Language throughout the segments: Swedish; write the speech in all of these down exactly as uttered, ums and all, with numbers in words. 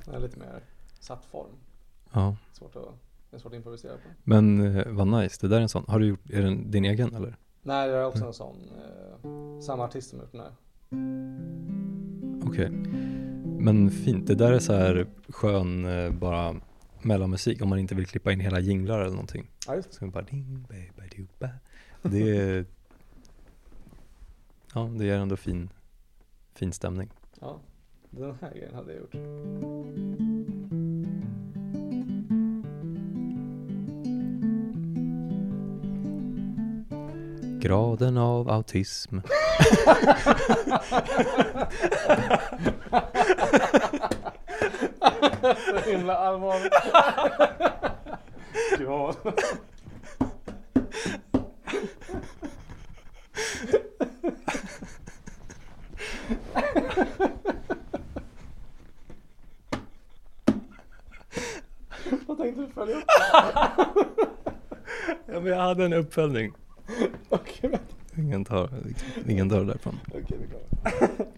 Den är lite mer satt form. Ja. Svårt att, det är svårt att improvisera på. Men eh, vad nice, det där är en sån. Har du gjort, är den din egen eller? Nej, det är också en sån. Eh, samma artist som gjort den här. Okej. Men fint, det där är så här skön eh, bara mellanmusik om man inte vill klippa in hela jinglar eller någonting. Ja, just det. Så bara ding, baby, do, ba. Det är ja, det är ändå fin fin stämning. Ja, den här grejen hade jag gjort. Graden av autism. Så himla allvarligt. Ja. Vad tänkte du följa upp? Ja, men jag hade en uppföljning. Okej, vänta. Ingen tar, ingen tar därifrån. Okej, det kommer.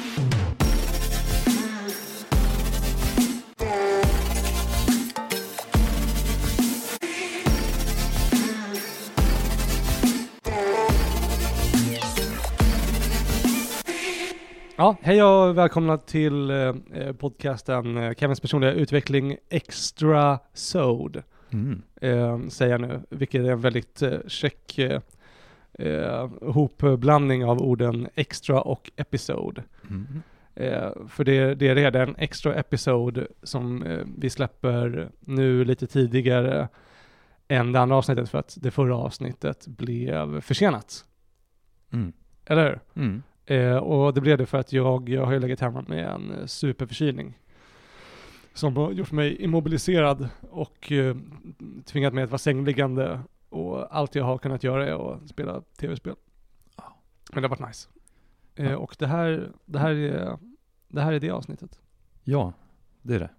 Ja, hej och välkomna till eh, podcasten eh, Kevins personliga utveckling Extra Sode. Mm. Eh, säger jag nu, vilket är en väldigt eh, check eh, eh, hopblandning av orden extra och episode. Mm. Eh, för det, det är redan en extra episode som eh, vi släpper nu lite tidigare än det andra avsnittet för att det förra avsnittet blev försenat. Mm. Eller hur? Mm. Eh, och det blev det för att jag, jag har ju legat hemma med en eh, superförkylning som har gjort mig immobiliserad och eh, tvingat mig att vara sängliggande, och allt jag har kunnat göra är att spela tv-spel. Oh. Men det har varit nice. Eh, och det här, det, här är, det här är det avsnittet. Ja, det är det.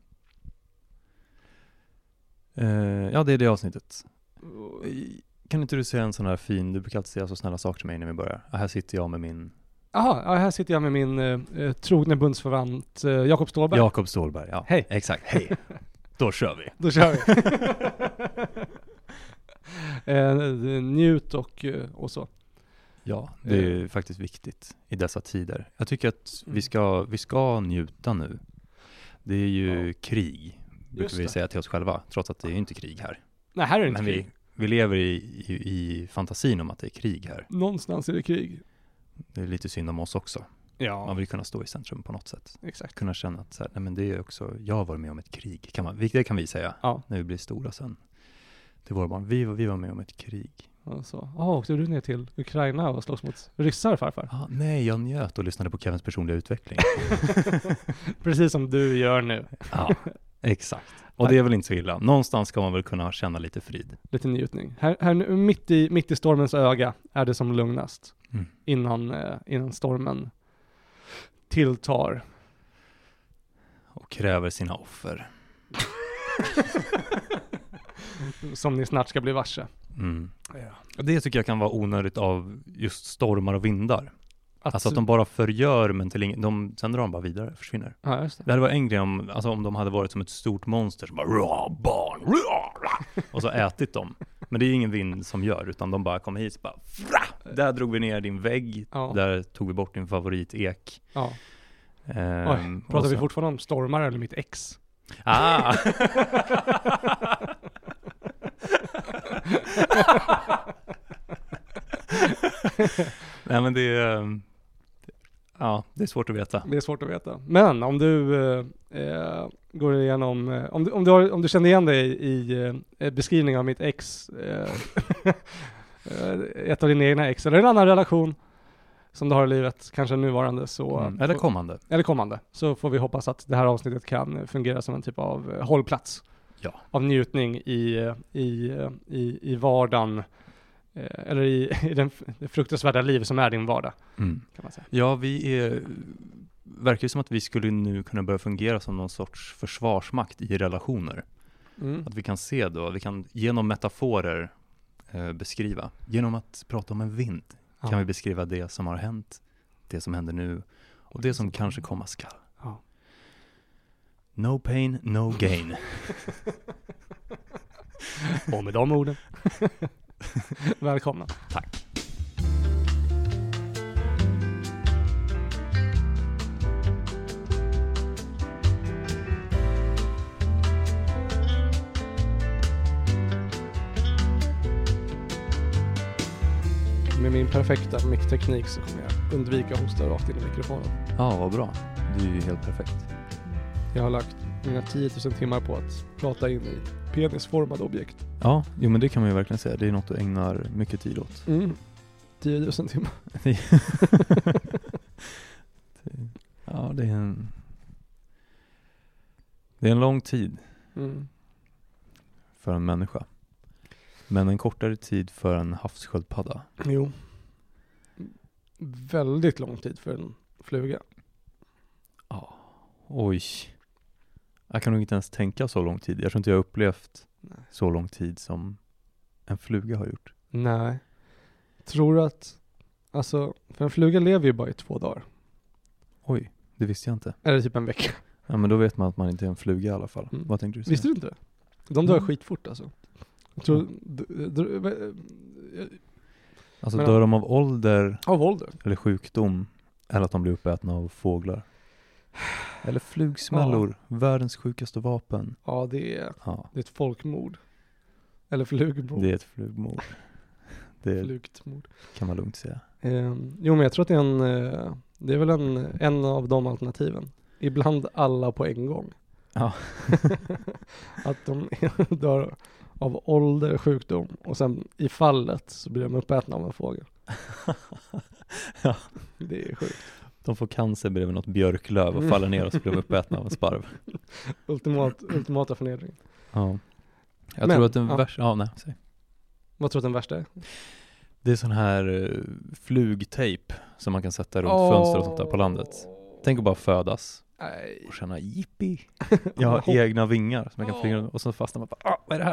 Eh, ja, det är det avsnittet. Kan inte du säga en sån här fin, du brukar alltid säga så snälla saker till mig när vi börjar. Ah, här sitter jag med min... Jaha, ja, här sitter jag med min eh, trogne bundsförvant eh, Jakob Ståhlberg. Jakob Ståhlberg, ja. Hej. Exakt, hej. Då kör vi. Då kör vi. eh, njut och, och så. Ja, det är faktiskt viktigt i dessa tider. Jag tycker att vi ska, vi ska njuta nu. Det är ju ja. krig, brukar vi säga till oss själva, trots att det är inte krig här. Nej, här är det inte Men krig. Vi, vi lever i, i, i fantasin om att det är krig här. Någonstans är det krig. Det är lite synd om oss också. Ja. Man vill kunna stå i centrum på något sätt. Exakt. Kunna känna att så här, nej men det är också, jag har varit med om ett krig. Kan man, det kan vi säga ja. när vi blir stora sen. Till våra barn. Vi, vi var med om ett krig. Ja, oh, åkte du ner till Ukraina och slåss mot ryssar, farfar? Ah, nej, jag njöt och lyssnade på Kevins personliga utveckling. Precis som du gör nu. Ja, exakt. Och det är väl inte så illa. Någonstans ska man väl kunna känna lite frid. Lite njutning. Här, här nu, mitt, i, mitt i stormens öga är det som lugnast. Mm. Innan, eh, innan stormen tilltar. Och kräver sina offer. Som ni snart ska bli varse. Mm. Ja. Det tycker jag kan vara onödigt av just stormar och vindar. Att, alltså att de bara förgör, men till ing- de, sen drar de bara vidare, försvinner. Ja, just det. Det hade varit en grej om, alltså om de hade varit som ett stort monster som bara rah, barn, rah, och så ätit dem. Men det är ingen vind som gör, utan de bara kommer hit och bara frah, där drog vi ner din vägg, ja. Där tog vi bort din favoritek. Ja. Ehm, Oj, pratar vi fortfarande om stormar eller mitt ex? Ah! Nej, men det är, ja, det är svårt att veta. Det är svårt att veta. Men om du eh, går igenom, eh, om, du, om, du har, om du känner igen dig i eh, beskrivningen av mitt ex, eh, ett av dina egna ex, eller en annan relation som du har i livet, kanske nuvarande, så, mm. eller kommande. Eller kommande. Så får vi hoppas att det här avsnittet kan fungera som en typ av eh, hållplats. Ja. Av njutning i, i, i, i vardagen. Eller i, i den, det fruktansvärda liv som är din vardag. Mm. Kan man säga. Ja, vi är, verkar ju som att vi skulle nu kunna börja fungera som någon sorts försvarsmakt i relationer. Mm. Att vi kan se då, vi kan genom metaforer eh, beskriva. Genom att prata om en vind ja. Kan vi beskriva det som har hänt, det som händer nu och det som kanske komma skall. Ja. No pain, no gain. Och med de orden. Välkomna. Tack. Med min perfekta mickteknik så kommer jag undvika att hosta rakt in i mikrofonen. Ja, vad bra. Du är ju helt perfekt. Jag har lagt mina tio tusen timmar på att prata in i penisformade objekt. Ja, jo men det kan man ju verkligen säga. Det är något du ägnar mycket tid åt. Mm. tio tusen timmar. Ja, det är en... Det är en lång tid Mm. för en människa. Men en kortare tid för en havssköldpadda. Jo. Väldigt lång tid för en fluga. Ja. Oj. Jag kan nog inte ens tänka så lång tid. Jag tror inte jag har upplevt Nej. så lång tid som en fluga har gjort. Nej. Tror du att... Alltså, för en fluga lever ju bara i två dagar. Oj, det visste jag inte. Eller typ en vecka. Ja, men då vet man att man inte är en fluga i alla fall. Mm. Vad tänkte du säga? Visste du inte det? De dör Mm. skitfort alltså. Jag tror... Mm. D- d- d- Alltså Men- dör de av ålder av ålder. eller sjukdom eller att de blir uppätna av fåglar? Eller flugsmällor, världens sjukaste vapen. Ja, det är, Ja, det är ett folkmord. Eller flugmord. det är ett flugmord. Det Flugtmord. kan man lugnt säga. Eh, jo, men jag tror att det är en... Eh, det är väl en, en av de alternativen. Ibland alla på en gång. Ja. Att de dör av ålder, sjukdom. Och sen i fallet så blir de uppätna av en fågel. Ja. Det är sjukt. De får cancer bredvid något björklöv och faller ner och så blir de uppätna av en sparv. Ultimat, ultimata förnedring. Ja. Jag Men, tror att den ja. värsta... Ja, nej, säg. Vad tror du att den värsta är? Det är sån här uh, flugtejp som man kan sätta runt Åh. fönster och sånt där på landet. Tänk att bara födas Nej. och känna jippi. Jag har egna vingar som jag kan flyga runt och så fastnar man bara, ah, vad är det här?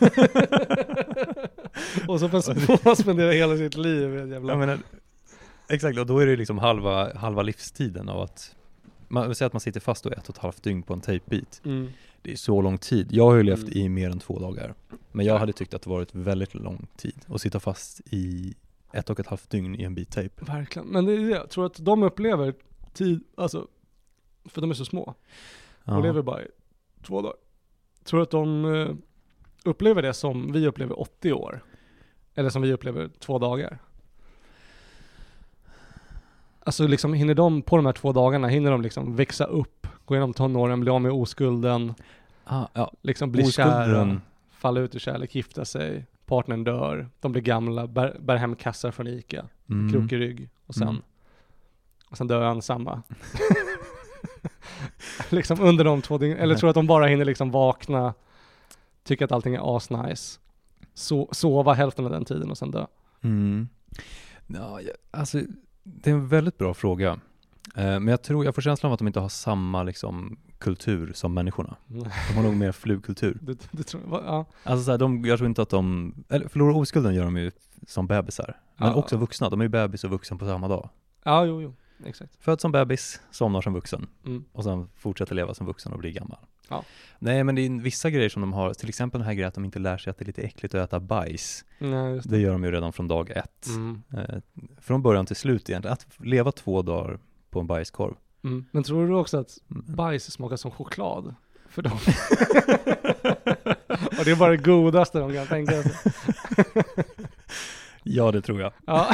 Och så får man spendera hela sitt liv i en jävla... Jag menar, exakt, och då är det liksom halva, halva livstiden av att man vill säga att man sitter fast då ett och ett halvt dygn på en tejpbit. Mm. Det är så lång tid. Jag har ju levt Mm. i mer än två dagar. Men jag hade tyckt att det varit väldigt lång tid att sitta fast i ett och ett halvt dygn i en bit tejp. Verkligen. Men det är det. Jag tror att de upplever tid, alltså, för de är så små. Ja. De lever bara i två dagar. Tror du att de eh, upplever det som vi upplever åttio år? Eller som vi upplever två dagar? Alltså liksom hinner de på de här två dagarna, hinner de liksom växa upp, gå igenom tonåren, bli av med oskulden, Ah, ja. liksom bli Oskulden. kära, falla ut i kärlek, gifta sig, partnern dör, de blir gamla, bär, bär hem kassar från Ica, Mm. krokig rygg och sen, Mm. och sen dör han samma. Liksom under de två dygn, eller tror du att de bara hinner liksom vakna, tycka att allting är asnice, so- sova hälften av den tiden och sen dö? Mm. Ja, jag, alltså, det är en väldigt bra fråga. Eh, men jag tror, jag får känslan av att de inte har samma liksom, kultur som människorna. De har nog mer flugkultur. Det, det tror jag, va- ja. Alltså så här, de, jag tror inte att de, eller förlorar oskulden gör de ju som bebisar. Men Ja. också vuxna, de är ju bebis och vuxen på samma dag. Ja, jo, jo, exakt. Föds som bebis, somnar som vuxen. Mm. Och sen fortsätter leva som vuxen och blir gammal. Ja. Nej, men det är vissa grejer som de har. Till exempel den här grejen att de inte lär sig att det är lite äckligt att äta bajs. Nej, just det. Det gör de ju redan från dag ett. Mm. Eh, från början till slut egentligen. Att leva två dagar på en bajskorv. Mm. Men tror du också att Mm. bajs smakar som choklad för dem? Och det är bara det godaste de kan tänka sig. Ja, det tror jag. Ja.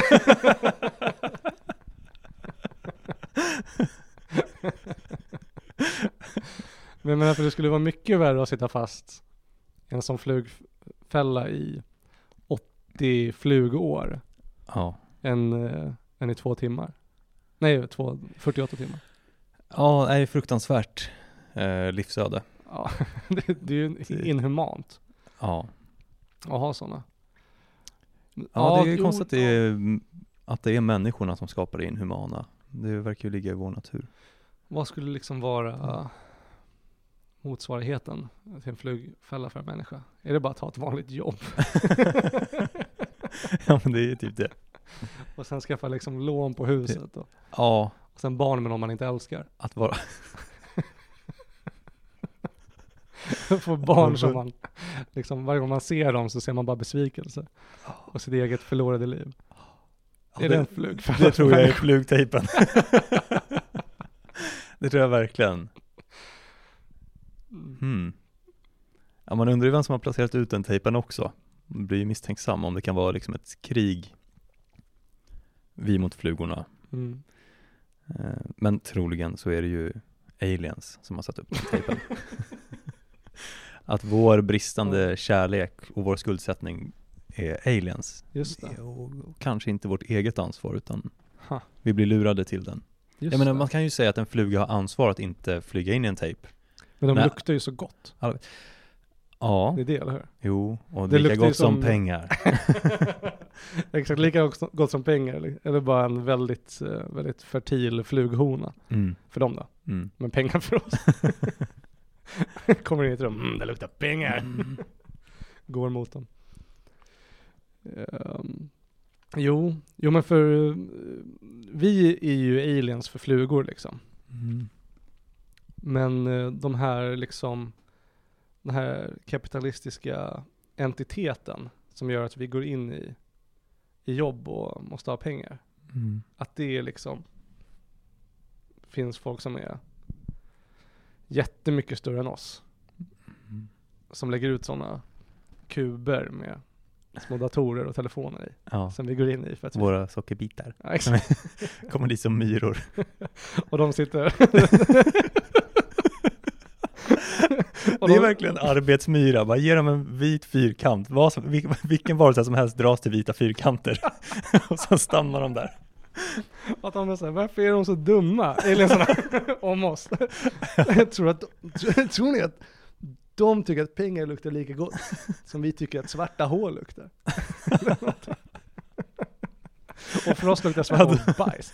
Men jag menar, för det skulle vara mycket värre att sitta fast i en sån flugfälla i åttio flugår Ja. än, äh, än i två timmar. Nej, två, fyrtioåtta timmar. Ja, det är fruktansvärt eh, livsöde. Ja, det, det är ju inhumant Ja. att ha sådana. Ja, det är jo, konstigt att det ja. är, att det är människorna som skapar det inhumana. Det verkar ju ligga i vår natur. Vad skulle liksom vara uh, motsvarigheten till en flugfälla för en människa? Är det bara att ha ett vanligt jobb? Ja, men det är ju typ det. Och sen skaffa liksom lån på huset och, Ja, och sen barn med någon man inte älskar. att vara... för barn som man, liksom varje gång man ser dem så ser man bara besvikelse och sitt eget förlorade liv. Ja, är det, det en flug? Det tror jag är flugtejpen. Det tror jag verkligen. Hmm. Ja, man undrar ju vem som har placerat ut den tejpen också. Man blir ju misstänksam om det kan vara liksom ett krig vi mot flugorna. Mm. Men troligen så är det ju aliens som har satt upp den tejpen. Att vår bristande kärlek och vår skuldsättning är aliens. Just det. Och kanske inte vårt eget ansvar, utan ha. vi blir lurade till den. Just Jag menar, det. man kan ju säga att en fluga har ansvar att inte flyga in i en tejp. Men de Nej. luktar ju så gott. Ja, Det är det, eller hur? jo, och Det lika luktar ju gott som, som- pengar. Exakt, lika gott som pengar. Eller, eller bara en väldigt, eh, väldigt fertil flughona. Mm. För dem då. Mm. Men pengar för oss. Kommer in i ett rum. Mm, det luktar pengar. Mm. Går mot dem. Um, jo, jo, men för uh, vi är ju aliens för flugor liksom. Mm. Men uh, de här liksom den här kapitalistiska entiteten som gör att vi går in i, i jobb och måste ha pengar. Mm. Att det är liksom finns folk som är jättemycket större än oss. Mm. Som lägger ut sådana kuber med små datorer och telefoner i. Ja, Som vi går in i för att vi... våra sockerbitar. Ja, exakt. Kommer dit som myror. Och de sitter... och Det är de... verkligen arbetsmyra. Bara ge dem en vit fyrkant. Vad som, vil, vilken varelse som helst dras till vita fyrkanter. Och så stannar de där. Att de är så här, varför är de så dumma? Aliensarna om oss. Jag tror att... Tror ni att de tycker att pengar luktar lika gott som vi tycker att svarta hål luktar? Och för oss luktar svarta hål bajs.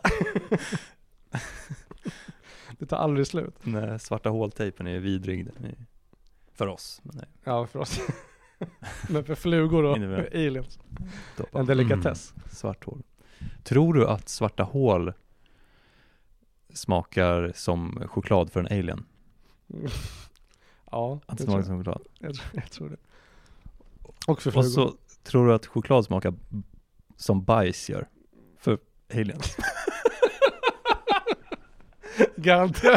Det tar aldrig slut. Nej, svarta håltejpen är vidrig. Den är för oss. Men nej. Ja, för oss. Men för flugor och Innebär. aliens. Toppen. En delikatess. Mm, svart hål. Tror du att svarta hål smakar som choklad för en alien? Ja, Att det det tror smakar jag. som choklad. Jag, tror, jag tror det. Och för flugor. Och så tror du att choklad smakar som bajs gör för aliens? Garanterat.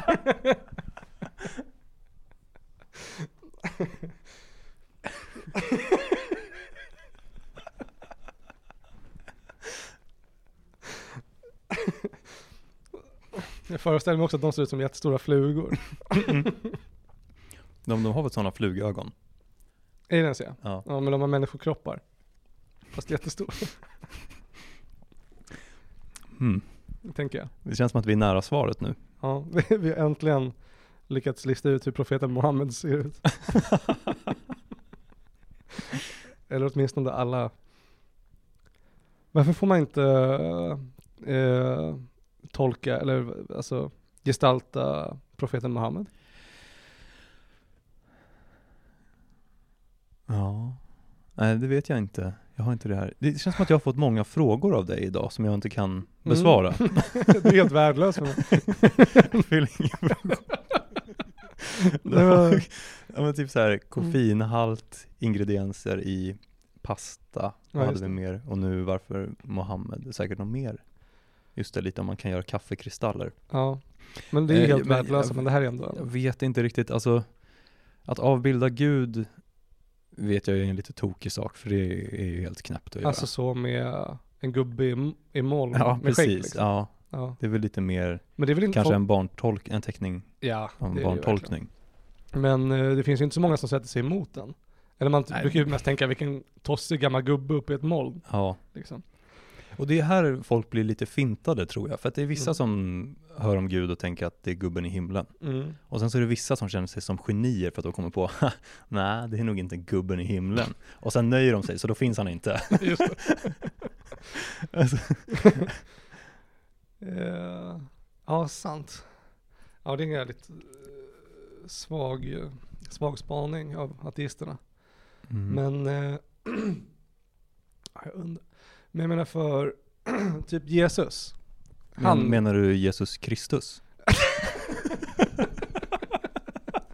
Jag föreställer mig också att de ser ut som jättestora flugor. De, de har väl sådana flugögon? Aliens, ja. Ja. Ja, men de har människokroppar. Fast jättestora, Mm. tänker jag. Det känns som att vi är nära svaret nu. Ja, vi, vi har äntligen lyckats lista ut hur profeten Mohammed ser ut. Eller åtminstone alla. Varför får man inte eh, tolka eller alltså gestalta profeten Mohammed? Ja. Nej, det vet jag inte. Jag har inte det här. Det känns som att jag har fått många frågor av dig idag som jag inte kan besvara. Mm. Det är helt värdelöst för mig. Fyll ingen fråga. Det var... Ja, men typ så här koffeinhalt, ingredienser i pasta. Ja, Vad hade just vi det. mer? Och nu varför Mohammed? Det är säkert något mer. Just det, lite om man kan göra kaffekristaller. Ja, men det är Eh, helt men värdelöst. jag- Men det här är ändå... Jag vet inte riktigt, alltså att avbilda Gud vet jag är en lite tokig sak, för det är ju helt knäppt att göra. Alltså så med en gubbe i, i moln ja, med skägg. precis. Liksom. Ja, Ja. det är väl lite mer, Men det är väl inte kanske folk... en barntolk, en teckning, Ja, en det är det ju verkligen. barntolkning. Men eh, det finns ju inte så många som sätter sig emot den. Eller man Nej. brukar ju mest tänka vilken tossig gammal gubbe uppe i ett moln. Ja, Liksom. och det är här folk blir lite fintade, tror jag. För att det är vissa Mm. som hör om Gud och tänker att det är gubben i himlen. Mm. Och sen så är det vissa som känner sig som genier för att de kommer på, nej, det är nog inte gubben i himlen. Och sen nöjer de sig, så då finns han inte. Just det. Alltså, Eh, ja, sant. Ja, det är en väldigt eh, svag, eh, svag spaning av ateisterna. mm. Men eh, ja, jag undrar. Men jag menar för typ Jesus. Han Men, menar du Jesus Kristus?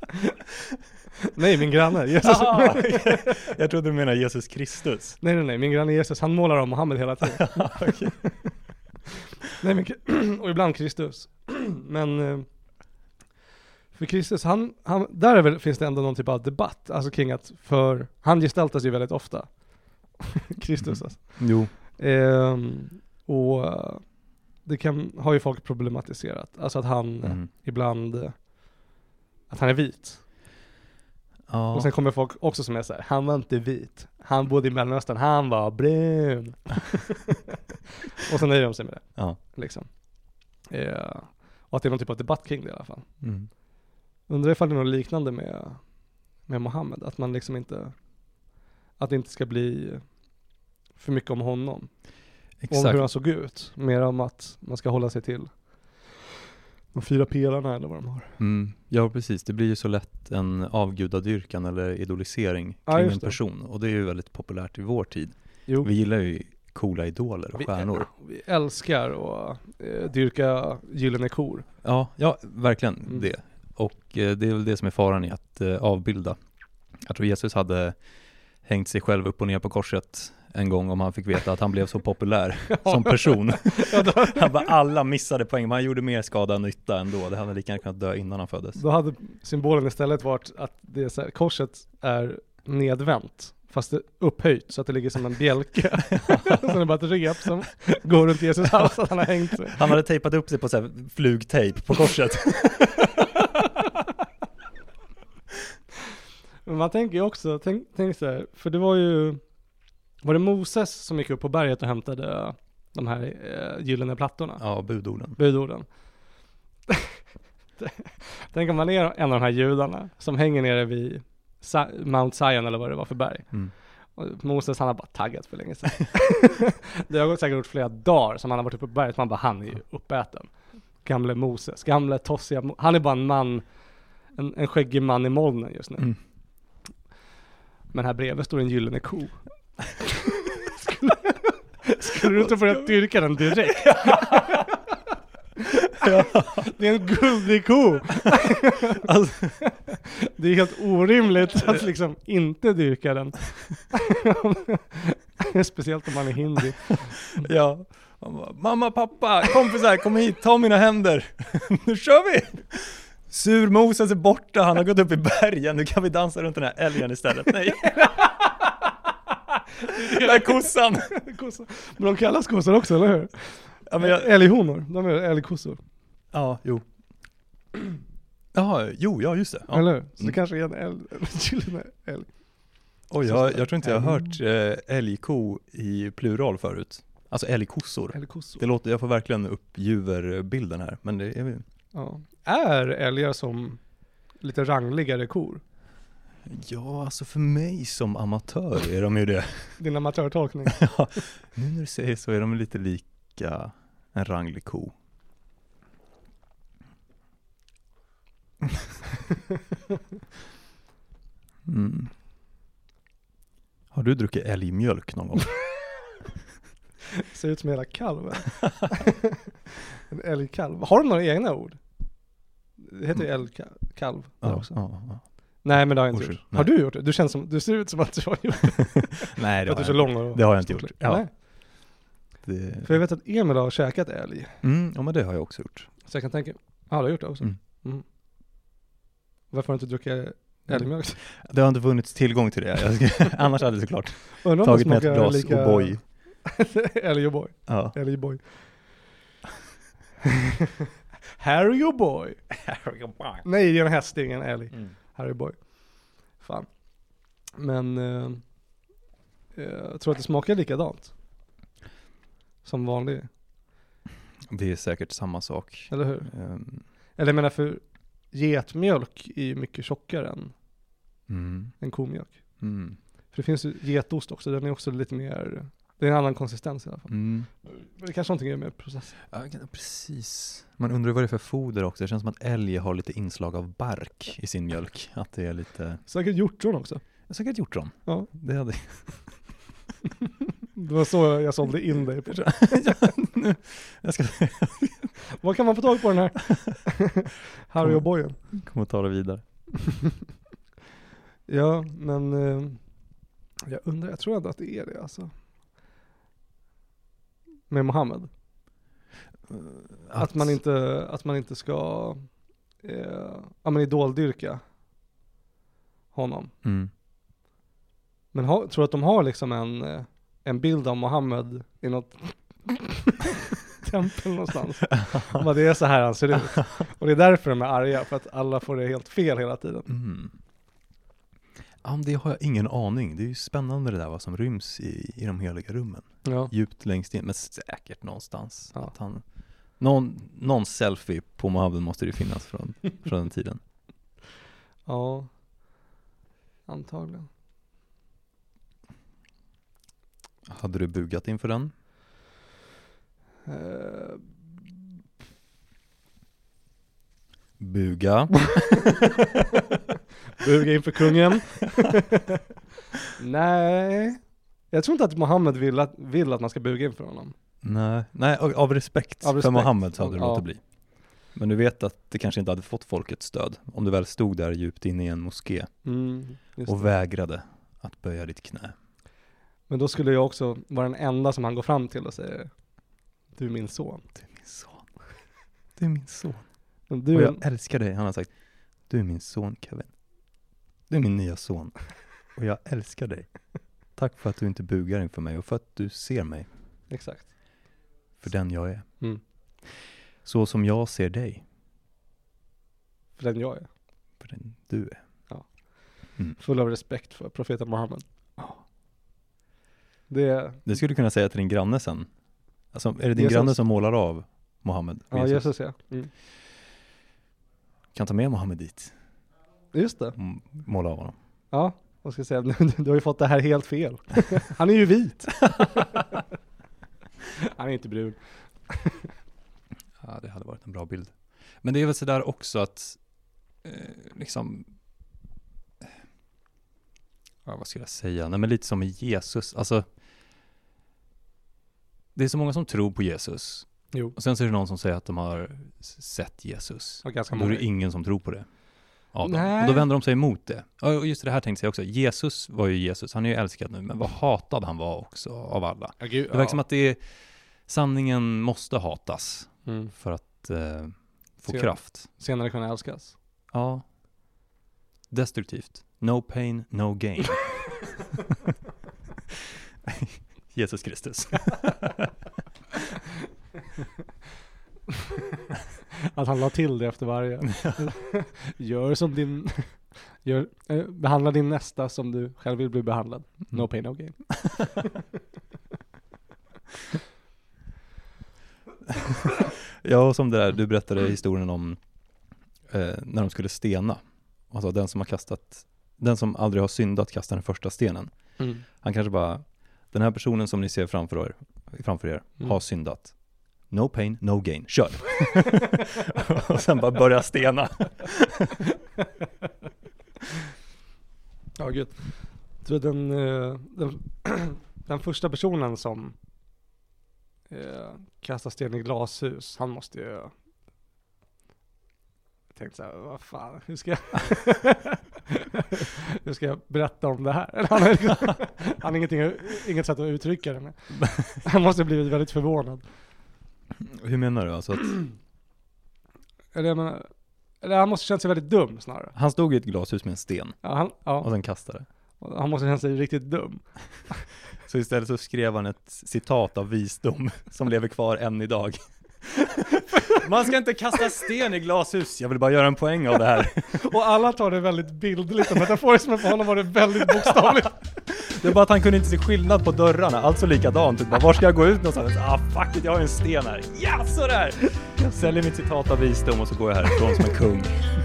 Nej, min granne, Jesus. Aha, okay. Jag trodde du menade Jesus Kristus. Nej, nej, nej, min granne Jesus, han målar om Mohammed hela tiden. Okay. Nej, men, och ibland Kristus. Men för Kristus, han, han, där är väl, finns det ändå någon typ av debatt, alltså kring att, för han gestaltas ju väldigt ofta. Kristus alltså. Jo. Ehm, och det kan, har ju folk problematiserat. Alltså att han Mm. ibland, att han är vit. Ja. Och sen kommer folk också som är så här, han var inte vit. Han bodde i Mellanöstern, han var brun. Och sen nöjer de sig med det. Ja. Liksom. Ehm, och att det är någon typ av debatt kring det i alla fall. Mm. Undrar ifall det är något liknande med, med Mohammed. Att man liksom inte, att det inte ska bli för mycket om honom. Exakt. Om hur han såg ut. Mer om att man ska hålla sig till de fyra pelarna eller vad de har. Mm. Ja, precis. Det blir ju så lätt en avgudadyrkan eller idolisering Ja, kring just en det. person. Och det är ju väldigt populärt i vår tid. Jo. Vi gillar ju coola idoler och Vi, stjärnor. vi älskar att eh, dyrka gyllene kor. Ja, ja, verkligen Mm. det. Och eh, det är väl det som är faran i att eh, avbilda. Jag tror Jesus hade hängt sig själv upp och ner på korset en gång om han fick veta att han blev så populär som person. Ja, då, Han bara, alla missade poäng, men han gjorde mer skada än nytta ändå. Det hade lika gärna kunnat dö innan han föddes. då hade symbolen istället varit att det är så här, korset är nedvänt. Fast det är upphöjt så att det ligger som en bjälke. Så det är bara ett rep som går runt Jesus hals att han har hängt sig. Han hade tejpat upp sig på så här flugtejp på korset. Men man tänker ju också, tänk, tänk så här, för det var ju, var det Moses som gick upp på berget och hämtade de här eh, gyllene plattorna, Ja, budorden. budorden. Tänk om man är en av de här judarna som hänger nere vid Sa- Mount Zion eller vad det var för berg. Mm. Och Moses, han har bara taggat för länge sedan. Det har säkert gjort flera dagar som han har varit uppe på berget. Man bara, han är ju uppäten. Gamle Moses, gamle tossiga Mo- han är bara en man, en, en skäggig man i molnen just nu. Mm. Men här bredvid står en gyllene ko. skulle, skulle du inte börja dyrka den direkt? Det är en guldig ko. Alltså, det är helt orimligt att liksom inte dyrka den. Speciellt om man är hindi. Ja. Bara, mamma, pappa, kompisar, kom hit, ta mina händer. Nu kör vi! Sur Moses är borta, han har gått upp i bergen. Nu kan vi dansa runt den här älgen istället. Nej. Den här kossan. Kossa. Men de kallas kossor också, eller hur? Ja, men jag, Älghonor, de är älgkossor. ja, jo. Ja, jo, ja, just det. Ja. Eller hur? Så det Mm. kanske är en älg, en gyllene älg. Oj, jag, jag tror inte jag har hört eh, älgko i plural förut. Alltså älgkossor. Älgkossor. Det låter, jag får verkligen upp djurbilden här, men det är vi. Ja. Är älgar som lite rangligare kor? Ja, alltså för mig som amatör är de ju det. Din amatörtolkning. Ja, nu när du säger så är de lite lika en ranglig ko. Mm. Har du druckit älgmjölk någon gång? Ser ut som hela kalv. En älgkalv. Har de några egna ord? Det heter ju älgkalv där Ja, också. ja, ja. Nej, men det har jag inte Orsur, gjort. nej. Har du gjort det? Du, känns som, du ser ut som att du har gjort det. Nej, det För att du är har, så jag, lång och det har jag inte stortlig. gjort. Ja. Nej. det... För jag vet att Emil har käkat älg. Mm, ja, men det har jag också gjort. Så jag kan tänka, ja, du har gjort det också. Mm. Mm. Varför har du inte druckit älgmjölk? Det har inte funnits tillgång till det. Jag ska, annars hade det såklart Undrar om tagit det med ett smakar glas lika... O'boy. Älg O'boy. Ja. Älg O'boy. Harry O'boy. Nej, det är en häst, det är ingen älg. Mm. Harry Boy. Fan. Men eh, jag tror att det smakar likadant som vanlig, Det är säkert samma sak. eller hur? Um, Eller jag menar, för getmjölk är ju mycket tjockare än, mm, än komjölk. mm, För det finns ju getost också, den är också lite mer, det är en annan konsistens i alla fall. mm. Men det kanske någonting är med process. Ja, precis. Man undrar vad det är för foder också. Det känns som att älg har lite inslag av bark i sin mjölk. Att det är lite... Säkert hjortron också. Jag har säkert gjort dem. Ja. Det hade... Det var så jag sålde in dig på. ja, nu. Jag ska Vad kan man få tag på den här? Harry O'boyen. komma ta det vidare. Ja, men eh, jag undrar, jag tror ändå att det är det alltså. Med Mohammed. Att, att man inte att man inte ska eh, ja, men idoldyrka honom. Mm. Men ha, tror att de har liksom en en bild av Mohammed i något tempel någonstans. Men det är så här han ser ut. Och det är därför de är arga, för att alla får det helt fel hela tiden. Mm. Ja, det har jag ingen aning. Det är ju spännande det där vad som ryms i, i de heliga rummen. Ja. Djupt längst in, men säkert någonstans. Ja. Att han, någon, någon selfie på Mohammed måste det finnas från, från den tiden. Ja, antagligen. Hade du bugat inför den? Uh... Buga. Buga inför kungen. Nej. Jag tror inte att Mohammed vill att, vill att man ska buga inför honom. Nej, Nej av, av, respekt av respekt för Mohammed så hade det ja. låtit bli. Men du vet att det kanske inte hade fått folkets stöd om du väl stod där djupt inne i en moské mm, och vägrade att böja ditt knä. Men då skulle jag också vara den enda som han går fram till och säger: du är min son. Du är min son. Du är min son. Men du och är... jag älskar dig. Han har sagt: du är min son, Kevin. Du är min nya son. Och jag älskar dig. Tack för att du inte bugar inför mig och för att du ser mig. Exakt. För den jag är. Mm. Så som jag ser dig. För den jag är. För den du är. Ja. Mm. Full av respekt för profeten Mohammed. Ja. Det... det skulle du kunna säga till din granne sen. Alltså, är det din Jesus. granne som målar av Mohammed? Ja, Jesus, Jesus ja. Mm. Kan ta med Mohammed dit. Just det. M- måla av honom. Ja, jag ska säga, du har ju fått det här helt fel. Han är ju vit. Han är inte brun. Ja, det hade varit en bra bild. Men det är väl så där också att eh, liksom ja, vad ska jag säga? Nej, men lite som med Jesus. Alltså det är så många som tror på Jesus. Jo. Och sen så är det någon som säger att de har sett Jesus. Och ganska och då är många. det ingen som tror på det. Av dem. Nej. Och då vänder de sig emot det. Och just det här tänkte jag också. Jesus var ju Jesus. Han är ju älskad nu. Men vad hatad han var också av alla. Ja, gud, det verkar ja. som att det är, sanningen måste hatas. Mm. För att eh, få Sen, kraft. Senare kunna älskas. Ja. Destruktivt. No pain, no gain. Jesus Kristus. Att han la till det efter varje. Gör som din... Gör, eh, behandla din nästa som du själv vill bli behandlad. No pain, no gain. Ja, och som det där, du berättade historien om eh, när de skulle stena. Alltså den som har kastat, den som aldrig har syndat kastar den första stenen. Mm. Han kanske bara, den här personen som ni ser framför er, framför er Mm. har syndat. No pain, no gain. Kör! Och sen bara börja stena. Ja, gud. Jag tror den, eh, den, den första personen som eh, kastar sten i glashus, han måste ju... Jag tänkte så här, vad fan, hur ska jag... hur ska jag berätta om det här? Han har, han har ingenting, inget sätt att uttrycka det med. Han måste ha blivit väldigt förvånad. Hur menar du? Alltså att Eller, jag menar, eller han måste känna sig väldigt dum snarare. han stod i ett glashus med en sten Ja, han, ja. och sen kastade. Han måste känna sig riktigt dum. Så istället så skrev han ett citat av visdom som lever kvar än idag. Man ska inte kasta sten i glashus. Jag vill bara göra en poäng av det här. Och alla tar det väldigt bildligt och metaforiskt, men för honom var det väldigt bokstavligt. Det är bara att han kunde inte se skillnad på dörrarna. Alltså likadant. Typ, bara, var ska jag gå ut någonstans? Ah, fuck it, jag har en sten här. Ja, så där! Jag säljer mitt citat av visdom och så går jag härifrån som en kung.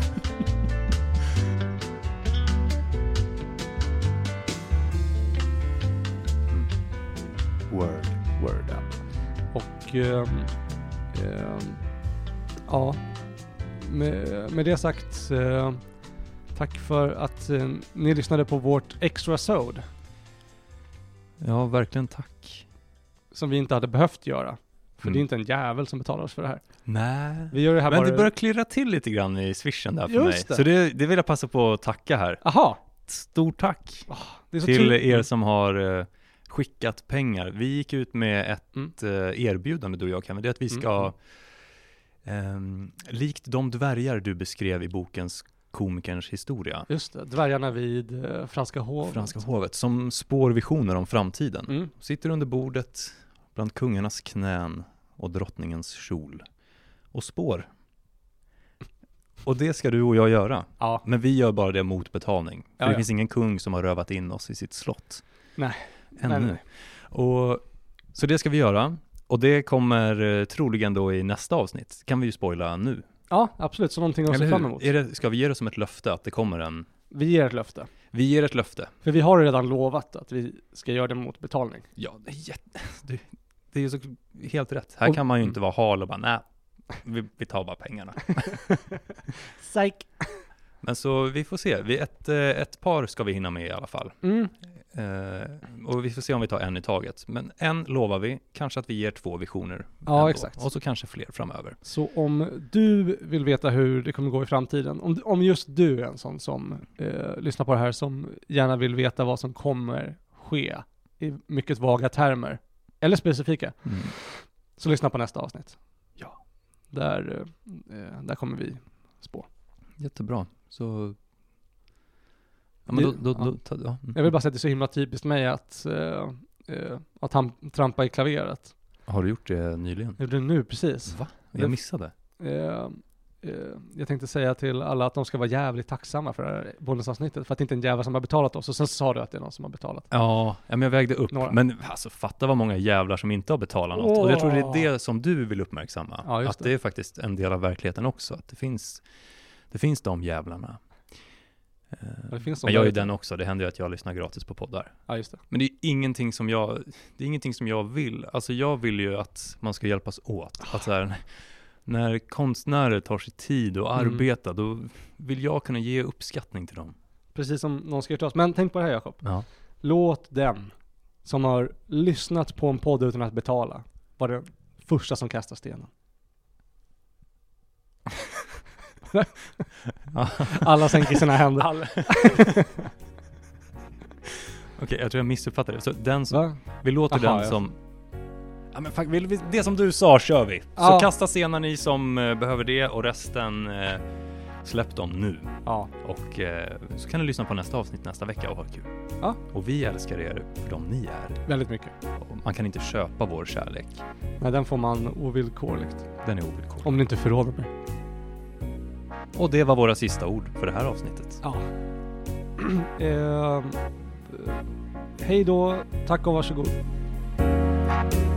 Mm. Word. Word up. Och ehm, ehm, ja, med, med det sagt, eh, tack för att eh, ni lyssnade på vårt extra sod Ja, verkligen tack. som vi inte hade behövt göra. För Mm. det är inte en jävel som betalar oss för det här. Nej. Vi gör det här Men bara... det börjar klirra till lite grann i swishen där för Just mig. det. Så det, det vill jag passa på att tacka här. Aha! stort tack oh, det är så till ty- er som har uh, skickat pengar. Vi gick ut med ett mm. uh, erbjudande, du och jag, Kevin. Det är att vi ska, mm. um, likt de dvärgar du beskrev i bokens komikerns historia. Just det, dvärgarna vid uh, Franska hovet. Franska hovet, som spår visioner om framtiden. Mm. Sitter under bordet bland kungarnas knän och drottningens kjol och spår. Och det ska du och jag göra. Ja. Men vi gör bara det mot betalning. För ja, det ja. finns ingen kung som har rövat in oss i sitt slott. Nej. Ännu. Nej, nej. Och, så det ska vi göra. Och det kommer eh, troligen då i nästa avsnitt. Kan vi ju spoila nu. Ja, absolut. Så någonting att se fram emot. Är det, ska vi ge det som ett löfte att det kommer en... Vi ger ett löfte. Vi ger ett löfte. För vi har redan lovat att vi ska göra det mot betalning. Ja, det är jätte... Det, det är ju så helt rätt. Här och, kan man ju inte vara hal och bara, nej, vi, vi tar bara pengarna. Psych. Men så vi får se. Vi ett, ett par ska vi hinna med i alla fall. Mm. Uh, och vi får se om vi tar en i taget. Men en lovar vi. Kanske att vi ger två visioner. Ja, ändå. Exakt. Och så kanske fler framöver. Så om du vill veta hur det kommer gå i framtiden. Om, om just du är en sån som eh, lyssnar på det här. Som gärna vill veta vad som kommer ske. I mycket vaga termer. Eller specifika. Mm. Så lyssna på nästa avsnitt. Ja. Där, eh, där kommer vi spå. Jättebra. Så... Ja, men då, då, ja. Då, då, ja. Mm. Jag vill bara säga att det är så himla typiskt mig att, uh, uh, att han trampar i klaveret. Har du gjort det nyligen? Jag gjorde det nu, precis. Va? Jag missade. Uh, uh, jag tänkte säga till alla att de ska vara jävligt tacksamma för det här bonusavsnittet. För att det inte är en jävla som har betalat oss. Och sen sa du att det är någon som har betalat. Ja, men jag vägde upp. Några. Men alltså, fatta vad många jävlar som inte har betalat något. Oh. Och jag tror det är det som du vill uppmärksamma. Ja, att det. det är faktiskt en del av verkligheten också. Att det finns, det finns de jävlarna. Det finns men jag är ju den också. Det händer ju att jag lyssnar gratis på poddar. Ja, just det. Men det är ingenting som jag det är ingenting som jag vill. Alltså jag vill ju att man ska hjälpas åt. Oh. Att så här, när konstnärer tar sig tid och mm. arbeta, då vill jag kunna ge uppskattning till dem. Precis som någon skrev till oss. Men tänk på det här, Jakob. Ja. Låt den som har lyssnat på en podd utan att betala vara den första som kastar stenen. Alla sänker sina händer. Okej, okay, jag tror jag missuppfattade det. Så den som, Va? vi låter Aha, den ja. som... Ja, men fuck, vill vi, det som du sa kör vi. Ja. Så kasta stenen ni som uh, behöver det och resten uh, släpp dem nu. Ja. Och uh, så kan du lyssna på nästa avsnitt nästa vecka och ha kul. Ja. Och vi älskar er för de ni är. Väldigt mycket. Och man kan inte köpa vår kärlek. Nej, den får man ovillkorligt. Den är ovillkorlig. Om du inte förråder mig. Och det var våra sista ord för det här avsnittet. Ja. eh, hej då. Tack och varsågod.